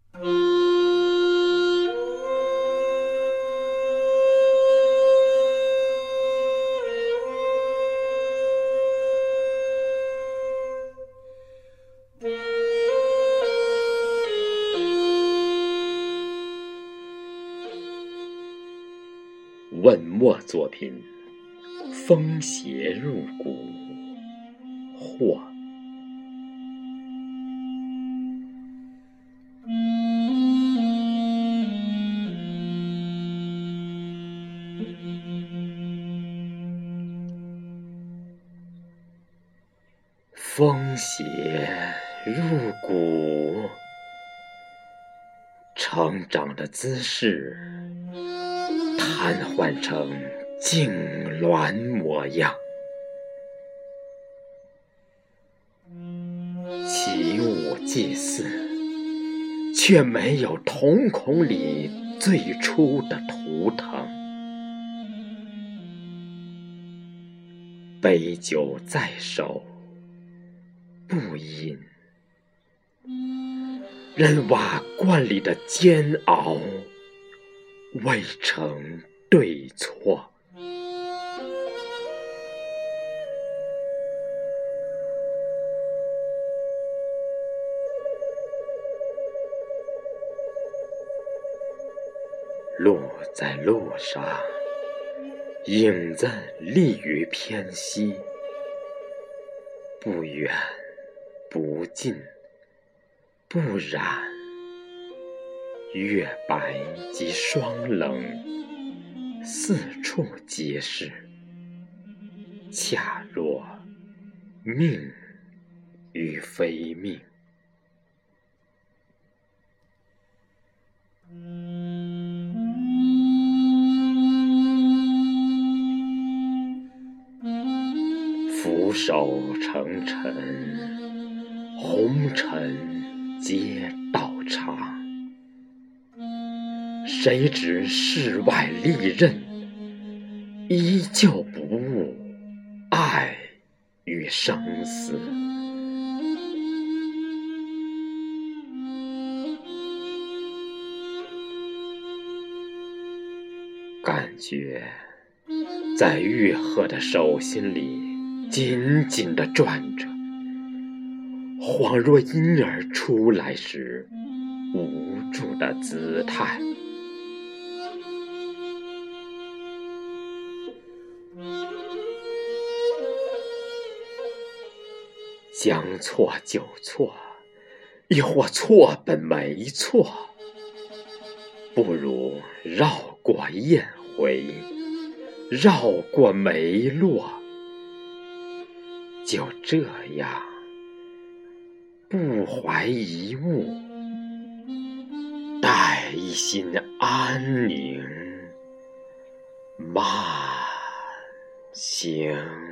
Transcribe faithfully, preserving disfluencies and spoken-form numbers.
问墨作品，风邪入骨，或风邪入骨，成长的姿势瘫痪成痉挛模样，起舞祭祀，却没有瞳孔里最初的图腾。杯酒在手，不饮，任瓦罐里的煎熬未成对错。路在路上，影子立于偏西，不远不近，不染，月白即霜冷，四处皆是，恰若命与非命。俯首成尘，红尘皆道场。谁知世外利刃，依旧不悟爱与生死。感觉在愈合的手心里紧紧地转着，恍若婴儿出来时无助的姿态。将错就错，亦或错本没错，不如绕过雁回，绕过梅落，就这样不怀一物，待一心安宁慢行。